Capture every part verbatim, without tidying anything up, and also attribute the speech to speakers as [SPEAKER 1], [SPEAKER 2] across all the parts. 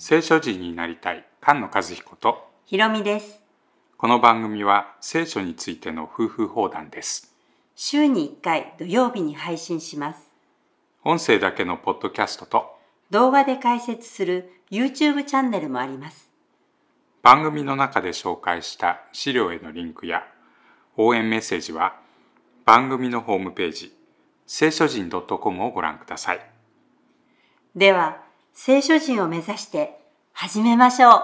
[SPEAKER 1] 聖書人になりたい菅野和彦と
[SPEAKER 2] ひろみです。
[SPEAKER 1] この番組は聖書についての夫婦放談です。
[SPEAKER 2] 週にいっかい土曜日に配信します。
[SPEAKER 1] 音声だけのポッドキャストと
[SPEAKER 2] 動画で解説する YouTube チャンネルもあります。
[SPEAKER 1] 番組の中で紹介した資料へのリンクや応援メッセージは番組のホームページ聖書人 .com をご覧ください。
[SPEAKER 2] では聖書人を目指して始めましょう。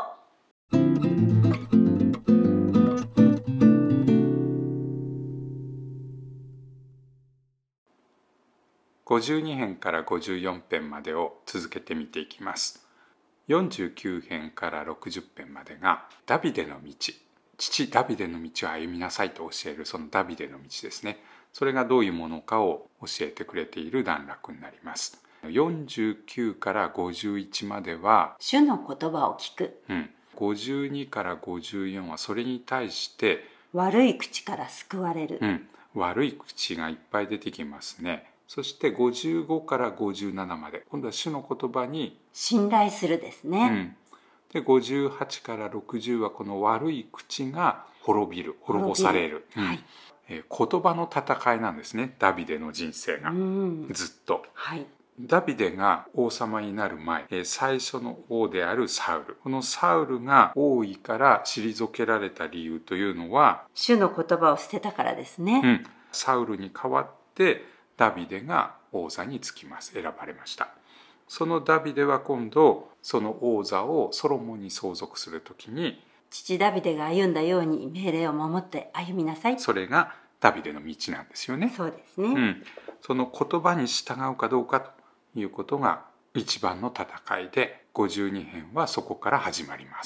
[SPEAKER 1] ごじゅうに編からごじゅうよん編までを続けて見ていきます。よんじゅうきゅう編からろくじゅう編までがダビデの道、父ダビデの道を歩みなさいと教えるそのダビデの道ですね。それがどういうものかを教えてくれている段落になります。よんじゅうきゅうからごじゅういちまでは
[SPEAKER 2] 主の言葉を聞く、
[SPEAKER 1] うん、ごじゅうにからごじゅうよんはそれに対して
[SPEAKER 2] 悪い口から救われる、
[SPEAKER 1] うん、悪い口がいっぱい出てきますね。そしてごじゅうごからごじゅうななまで今度は主の言葉に
[SPEAKER 2] 信頼するですね、
[SPEAKER 1] うん、でごじゅうはちからろくじゅうはこの悪い口が滅びる滅ぼされる、
[SPEAKER 2] うんはい
[SPEAKER 1] えー、言葉の戦いなんですね。ダビデの人生が、うん、ずっと、
[SPEAKER 2] はい、
[SPEAKER 1] ダビデが王様になる前、えー、最初の王であるサウル、このサウルが王位から退けられた理由というのは
[SPEAKER 2] 主の言葉を捨てたからですね、
[SPEAKER 1] うん、サウルに代わってダビデが王座につきます。選ばれました。そのダビデは今度その王座をソロモンに相続するときに
[SPEAKER 2] 父ダビデが歩んだように命令を守って歩みなさい。
[SPEAKER 1] それがダビデの道なんですよね。
[SPEAKER 2] そうですね、
[SPEAKER 1] うん、その言葉に従うかどうかということが一番の戦いでごじゅうに編はそこから始まります。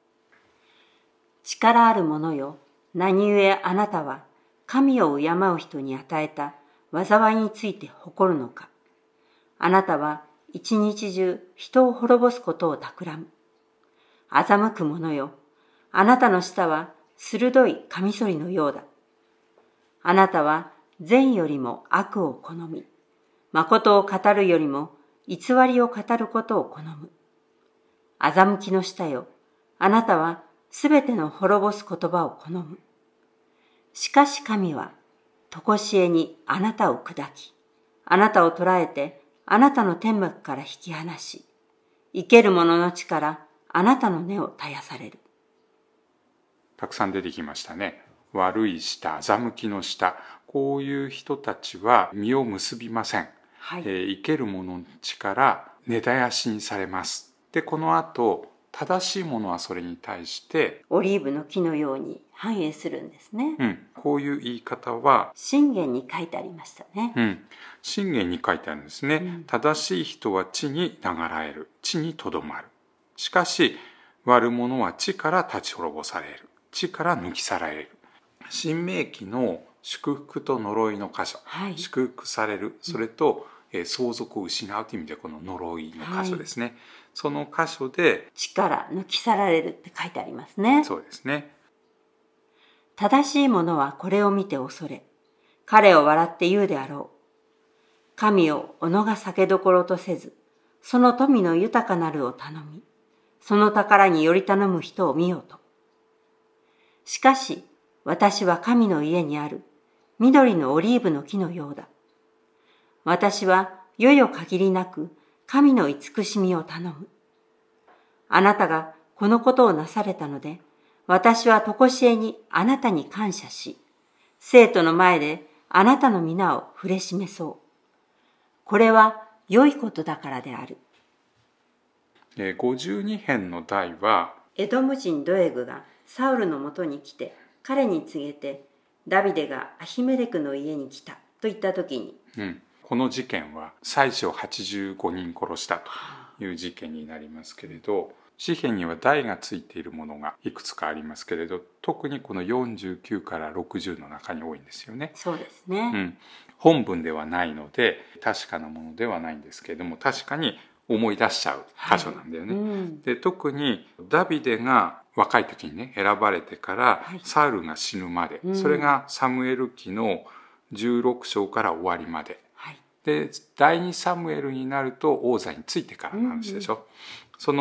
[SPEAKER 2] 力ある者よ、何故あなたは神を敬う人に与えた災いについて誇るのか。あなたは一日中人を滅ぼすことを企む。欺く者よ、あなたの舌は鋭いカミソリのようだ。あなたは善よりも悪を好み、誠を語るよりも偽りを語ることを好む。欺きの舌よ、あなたはすべての滅ぼす言葉を好む。しかし神は常しえにあなたを砕き、あなたを捕らえてあなたの天幕から引き離し、生ける者の地からあなたの根を絶やされる。
[SPEAKER 1] たくさん出てきましたね。悪い舌、欺きの舌、こういう人たちは実を結びません、はい、えー、生ける者の地から根絶やしにされます。でこの後正しいものはそれに対して
[SPEAKER 2] オリーブの木のように繁栄するんですね、
[SPEAKER 1] うん、こういう言い方は
[SPEAKER 2] 箴言に書いてありましたね、
[SPEAKER 1] うん、箴言に書いてあるんですね、うん、正しい人は地に流らえる、地にとどまる。しかし悪者は地から立ち滅ぼされる、地から抜き去られる。申命記の祝福と呪いの箇所、はい、祝福される、それと、うん、え相続を失うという意味でこの呪いの箇所ですね、はい、その箇所で
[SPEAKER 2] 地から抜き去られるって書いてありますね。
[SPEAKER 1] そうですね。
[SPEAKER 2] 正しい者はこれを見て恐れ、彼を笑って言うであろう。神を己が酒どころとせず、その富の豊かなるを頼み、その宝により頼む人を見ようと。しかし、私は神の家にある緑のオリーブの木のようだ。私はよよ限りなく神の慈しみを頼む。あなたがこのことをなされたので、私は常しえにあなたに感謝し、生徒の前であなたの皆を触れ示そう。これは良いことだからである。
[SPEAKER 1] ごじゅうに編の題は、
[SPEAKER 2] エドム人ドエグがサウルのもとに来て、彼に告げて、ダビデがアヒメレクの家に来たと言ったときに、
[SPEAKER 1] うん、この事件は妻子をはちじゅうごにん殺したという事件になりますけれど、詩篇には題がついているものがいくつかありますけれど、特にこのよんじゅうきゅうからろくじゅうの中に多いんですよね。
[SPEAKER 2] そうですね、
[SPEAKER 1] うん、本文ではないので確かなものではないんですけれども、確かに思い出しちゃう箇所なんだよね、はいうん、で特にダビデが若い時にね選ばれてからサウルが死ぬまで、はい、それがサムエル記のじゅうろく章から終わりまで、はい、でだいにサムエルになると王座についてからの話でしょ、うんうん、その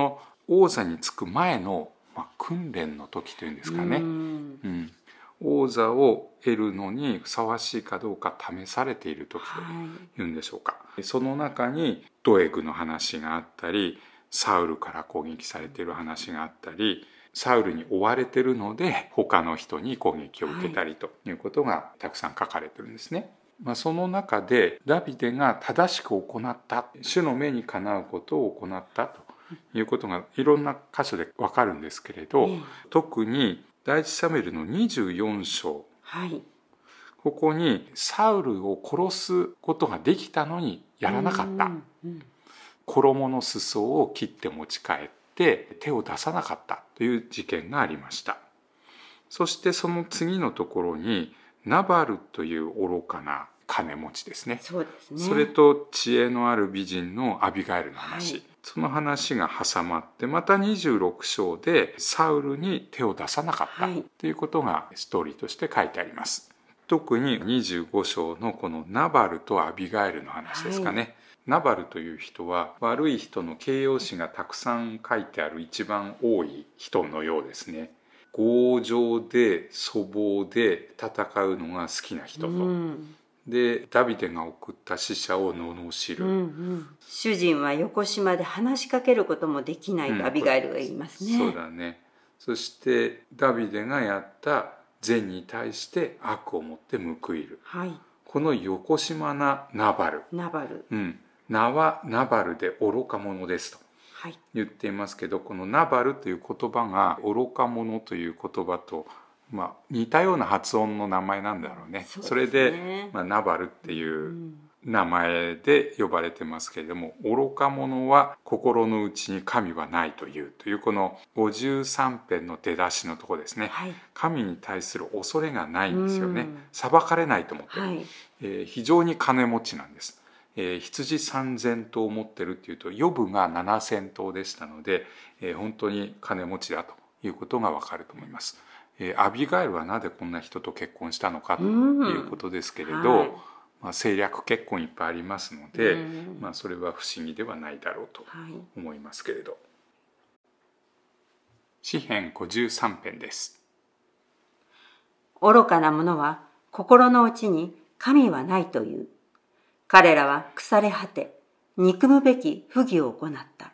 [SPEAKER 1] 王座につく前の、まあ、訓練の時というんですかね、うん、王座を得るのにふさわしいかどうか試されている時というんでしょうか、はい、その中にドエグの話があったり、サウルから攻撃されている話があったり、サウルに追われているので他の人に攻撃を受けたりということがたくさん書かれてるんですね。まあ、その中でダビデが正しく行った、主の目にかなうことを行ったということがいろんな箇所でわかるんですけれど、うん、特に第一サムエルのにじゅうよん章、はい、ここにサウルを殺すことができたのにやらなかった、うんうん、衣の裾を切って持ち帰って手を出さなかったという事件がありました。そしてその次のところにナバルという愚かな金持ちですね。
[SPEAKER 2] そうですね。
[SPEAKER 1] それと知恵のある美人のアビガエルの話、はい、その話が挟まって、またにじゅうろく章でサウルに手を出さなかったということがストーリーとして書いてあります。特ににじゅうご章のこのナバルとアビガエルの話ですかね、はい、ナバルという人は悪い人の形容詞がたくさん書いてある一番多い人のようですね。強情で粗暴で戦うのが好きな人と、うん、でダビデが送った使者を罵る、うんうん、
[SPEAKER 2] 主人は横島で話しかけることもできないとアビガエルが言いますね、
[SPEAKER 1] うん、そうだね。そしてダビデがやった善に対して悪をもって報いる、はい、この横島なナバル、
[SPEAKER 2] ナバル、
[SPEAKER 1] うん、名はナバルで愚か者ですと言っていますけど、このナバルという言葉が愚か者という言葉と、まあ、似たような発音の名前なんだろうね。 そ, うそれで、まあ、ナバルっていう名前で呼ばれてますけれども、愚か者は心の内に神はないというというこのごじゅうさん編の出だしのところですね、はい、神に対する恐れがないんですよね。裁かれないと思ってる、はい、えー、非常に金持ちなんです。えー、羊さんぜん頭を持ってるっていうとヨブがななせん頭でしたので、えー、本当に金持ちだということがわかると思います。えー、アビガエルはなぜこんな人と結婚したのかということですけれど、はい、まあ、政略結婚いっぱいありますので、まあ、それは不思議ではないだろうと思いますけれど、はい、詩編ごじゅうさん編です。
[SPEAKER 2] 愚かな者は心の内に神はないという。彼らは腐れ果て、憎むべき不義を行った。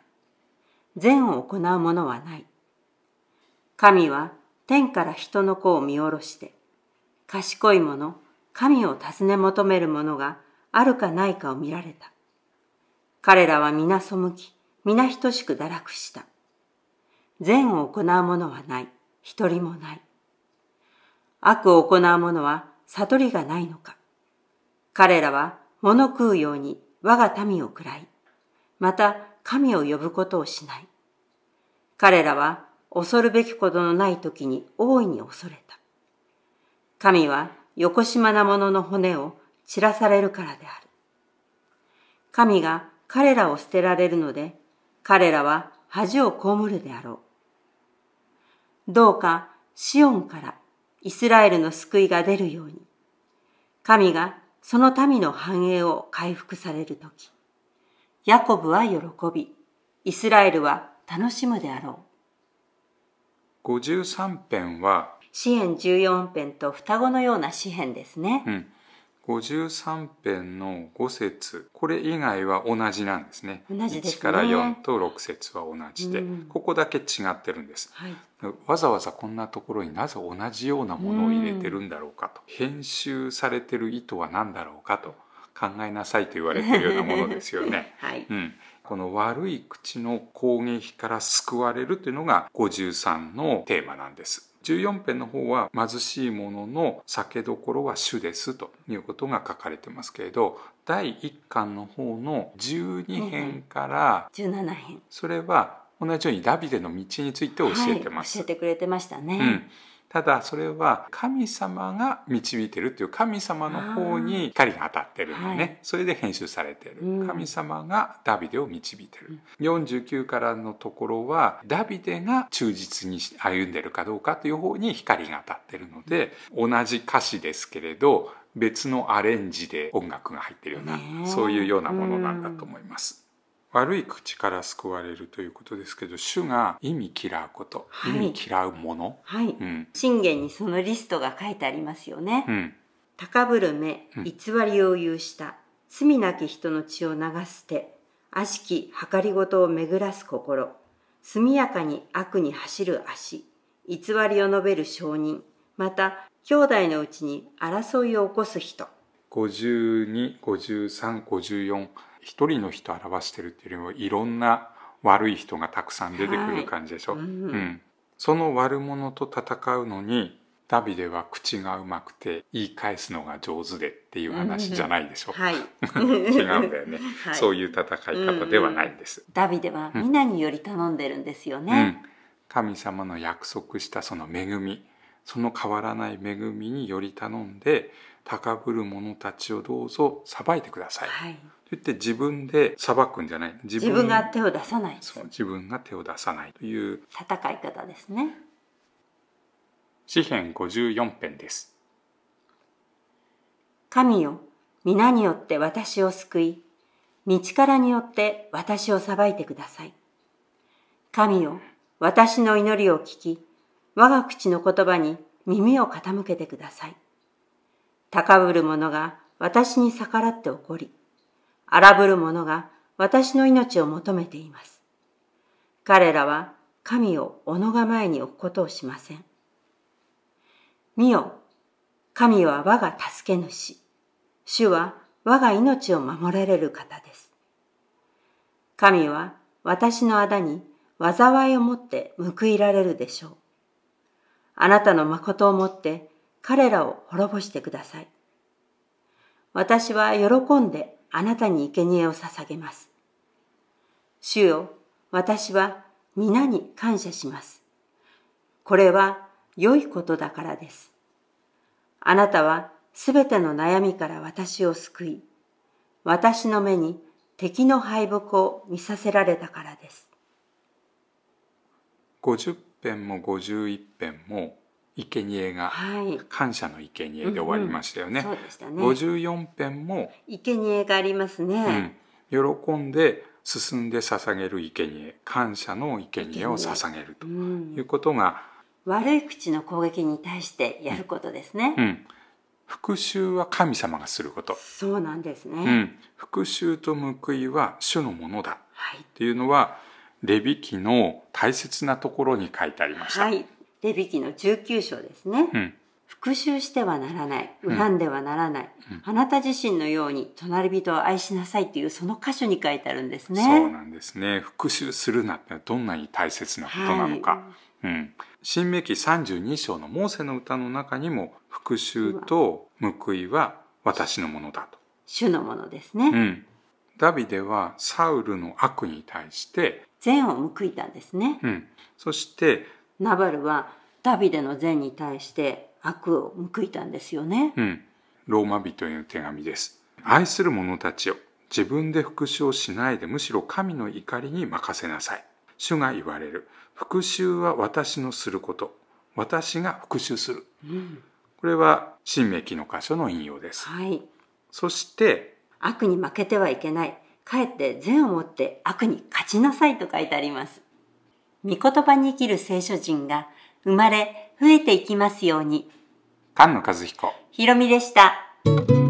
[SPEAKER 2] 善を行う者はない。神は天から人の子を見下ろして、賢い者、神を尋ね求める者があるかないかを見られた。彼らは皆背き、皆等しく堕落した。善を行う者はない、一人もない。悪を行う者は悟りがないのか。彼らは物食うように我が民を喰らい、また神を呼ぶことをしない。彼らは恐るべきことのない時に大いに恐れた。神は横島な者の骨を散らされるからである。神が彼らを捨てられるので、彼らは恥を被るであろう。どうかシオンからイスラエルの救いが出るように、神がその民の繁栄を回復されるとき、ヤコブは喜び、イスラエルは楽しむであろう。
[SPEAKER 1] ごじゅうさん編は
[SPEAKER 2] 詩編じゅうよん編と双子のような詩編ですね。
[SPEAKER 1] うん、ごじゅうさん編のご節、これ以外は同じなんですね。
[SPEAKER 2] 同じですね。
[SPEAKER 1] いちからよんとろく節は同じで、うん、ここだけ違ってるんです、はい、わざわざこんなところになぜ同じようなものを入れてるんだろうかと、うん、編集されてる意図は何だろうかと考えなさいと言われているようなものですよね、はい、うん、この悪い口の攻撃から救われるというのがごじゅうさんのテーマなんです。じゅうよん編の方は貧しい者の酒どころは主ですということが書かれてますけれど、だいいっ巻の方のじゅうに編から
[SPEAKER 2] じゅうなな編、
[SPEAKER 1] それは同じようにダビデの道について教えてます、
[SPEAKER 2] はい、教えてくれてましたね、
[SPEAKER 1] うん、ただそれは神様が導いてるという神様の方に光が当たってるんでね、はい、それで編集されてる、うん、神様がダビデを導いてる、うん、よんじゅうきゅうからのところはダビデが忠実に歩んでるかどうかという方に光が当たってるので、同じ歌詞ですけれど別のアレンジで音楽が入ってるような、そういうようなものなんだと思います、 悪い口から救われるということですけど、主が意味嫌うこと、はい、意味嫌うもの、
[SPEAKER 2] はい、うん、箴言にそのリストが書いてありますよね。うん、高ぶる目、偽りを言う舌、罪なき人の血を流す手、悪しき計りごとを巡らす心、速やかに悪に走る足、偽りを述べる証人、また兄弟のうちに争いを起こす人。
[SPEAKER 1] ごじゅうに、ごじゅうさん、ごじゅうよん、一人の人を表しているっていうよりもいろんな悪い人がたくさん出てくる感じでしょ、はい、うんうん、その悪者と戦うのにダビデは口がうまくて言い返すのが上手でっていう話じゃないでしょ、うんはい、違うんだよね、はい、そういう戦い方ではないんです、
[SPEAKER 2] うんうん、ダビデは皆により頼んでるんですよね、
[SPEAKER 1] うん、神様の約束したその恵み、その変わらない恵みにより頼んで、高ぶる者たちをどうぞ裁いてください、はい、と言って自分で裁くんじゃない、
[SPEAKER 2] 自 分, 自分が手を出さない、
[SPEAKER 1] そう、自分が手を出さないという
[SPEAKER 2] 戦い方ですね。
[SPEAKER 1] 詩編ごじゅうよん編です。
[SPEAKER 2] 神よ、皆によって私を救い、道からによって私を裁いてください。神よ、私の祈りを聞き、我が口の言葉に耳を傾けてください。高ぶる者が私に逆らって怒り、荒ぶる者が私の命を求めています。彼らは神を己が前に置くことをしません。見よ、神は我が助け主。主は我が命を守られる方です。神は私の仇に災いをもって報いられるでしょう。あなたの誠をもって彼らを滅ぼしてください。私は喜んであなたに生贄を捧げます。主よ、私は皆に感謝します。これは良いことだからです。あなたはすべての悩みから私を救い、私の目に敵の敗北を見させられたからです。
[SPEAKER 1] ごじゅっ編もごじゅういち編も生贄が、はい、感謝の生贄で終わりましたよね。
[SPEAKER 2] うんうん、そうでしたね。
[SPEAKER 1] ごじゅうよん編も
[SPEAKER 2] 生贄がありますね、
[SPEAKER 1] うん、喜んで進んで捧げる生贄、感謝の生贄を捧げるということが、
[SPEAKER 2] うん、悪い口の攻撃に対してやることですね、
[SPEAKER 1] うんうん、復讐は神様がすること。
[SPEAKER 2] そうなんですね、
[SPEAKER 1] うん、復讐と報いは主のものだっていうのは、レビ記の大切なところに書いてありました。
[SPEAKER 2] はい、レビ記のじゅうきゅう章ですね、うん、復讐してはならない、恨んではならない、うん、あなた自身のように隣人を愛しなさいというその箇所に書いてあるんですね。
[SPEAKER 1] そうなんですね。復讐するなってどんなに大切なことなのか、はいうん、新明記さんじゅうに章のモーセの歌の中にも、復讐と報いは私のものだと、
[SPEAKER 2] 主のものですね、
[SPEAKER 1] うん、ダビデはサウルの悪に対して
[SPEAKER 2] 善を報いたんですね、
[SPEAKER 1] うん、そして
[SPEAKER 2] ナバルはダビデの善に対して悪を報いたんですよね、
[SPEAKER 1] うん、ローマ人への手紙です。愛する者たちを自分で復讐をしないで、むしろ神の怒りに任せなさい。主が言われる。復讐は私のすること。私が復讐する、うん、これは新明記の箇所の引用です、
[SPEAKER 2] はい、
[SPEAKER 1] そして
[SPEAKER 2] 悪に負けてはいけない、かえって善をもって悪に勝ちなさいと書いてあります。御言葉に生きる聖書人が生まれ増えていきますように。
[SPEAKER 1] 菅野和彦、
[SPEAKER 2] ひろみでした。